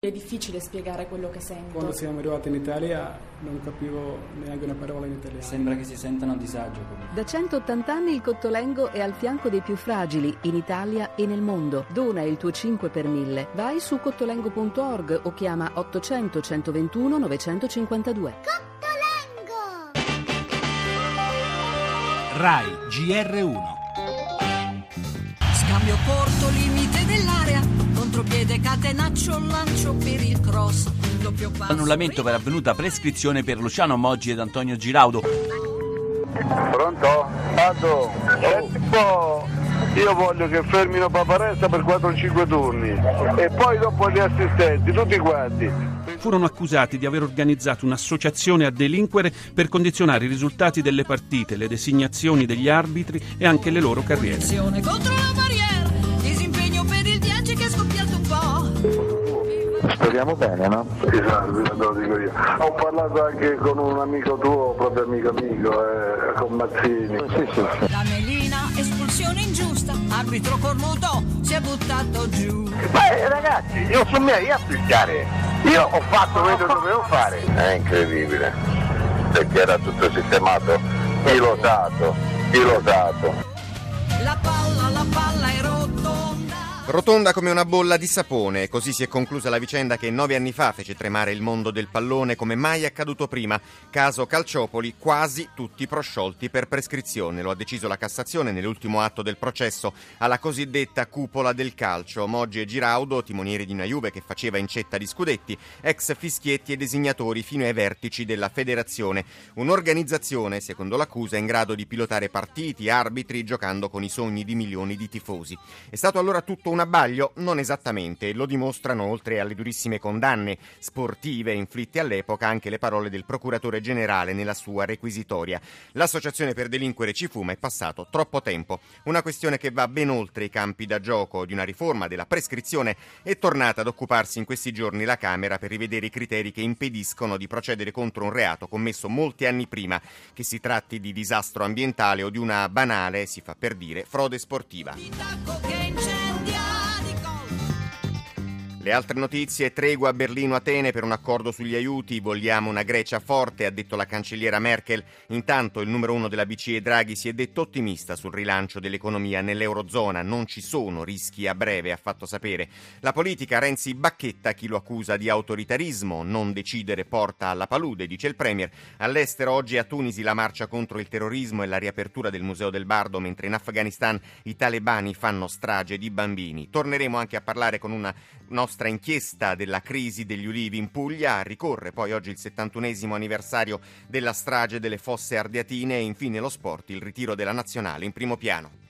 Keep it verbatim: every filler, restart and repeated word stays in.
È difficile spiegare quello che sento. Quando siamo arrivati in Italia non capivo neanche una parola in italiano. Sembra che si sentano a disagio. Da centottanta anni il Cottolengo è al fianco dei più fragili in Italia e nel mondo. Dona il tuo cinque per mille. Vai su cottolengo punto org o chiama ottocento centoventuno novecentocinquantadue. Cottolengo! Rai G R uno. Scambio corto, limite dell'area, contropiede, catenaccio, lancio per il cross, doppio passo. Annullamento per avvenuta prescrizione per Luciano Moggi ed Antonio Giraudo. Pronto? Addo? Oh. Io voglio che fermino Paparessa per quattro o cinque turni e poi dopo gli assistenti, tutti quanti. Furono accusati di aver organizzato un'associazione a delinquere per condizionare i risultati delle partite, le designazioni degli arbitri e anche le loro carriere. Contro la barriera, disimpegno per il dieci che è scoppiato un po'. Speriamo bene, no? Esatto, lo dico io. Ho parlato anche con un amico tuo, proprio amico amico, eh, con Mazzini. Sì, sì, sì. La Melina, espulsione ingiusta, arbitro cornuto, si è buttato giù. Beh ragazzi, io sono miei a fischiare. Io ho fatto quello che dovevo fare. È incredibile, perché era tutto sistemato, pilotato, pilotato. La palla, la palla è rotonda. Rotonda come una bolla di sapone, così si è conclusa la vicenda che nove anni fa fece tremare il mondo del pallone come mai accaduto prima. Caso Calciopoli, quasi tutti prosciolti per prescrizione. Lo ha deciso la Cassazione nell'ultimo atto del processo alla cosiddetta cupola del calcio. Moggi e Giraudo, timonieri di una Juve che faceva incetta di scudetti, ex fischietti e designatori fino ai vertici della federazione. Un'organizzazione, secondo l'accusa, in grado di pilotare partiti, arbitri, giocando con i sogni di milioni di tifosi. È stato allora tutto un abbaglio? Non esattamente, lo dimostrano, oltre alle durissime condanne sportive inflitte all'epoca, anche le parole del procuratore generale nella sua requisitoria. L'associazione per delinquere ci fu, ma è passato troppo tempo. Una questione che va ben oltre i campi da gioco di una riforma della prescrizione è tornata ad occuparsi in questi giorni la Camera per rivedere i criteri che impediscono di procedere contro un reato commesso molti anni prima, che si tratti di disastro ambientale o di una banale, si fa per dire, frode sportiva. Le altre notizie: tregua a Berlino-Atene per un accordo sugli aiuti, vogliamo una Grecia forte, ha detto la cancelliera Merkel. Intanto il numero uno della B C E Draghi si è detto ottimista sul rilancio dell'economia nell'Eurozona, non ci sono rischi a breve, ha fatto sapere. La politica, Renzi bacchetta chi lo accusa di autoritarismo, non decidere porta alla palude, dice il Premier. All'estero oggi a Tunisi la marcia contro il terrorismo e la riapertura del Museo del Bardo, mentre in Afghanistan i talebani fanno strage di bambini. Torneremo anche a parlare con una nostra inchiesta della crisi degli ulivi in Puglia. Ricorre poi oggi il settantunesimo anniversario della strage delle Fosse Ardeatine e infine lo sport, il ritiro della nazionale in primo piano.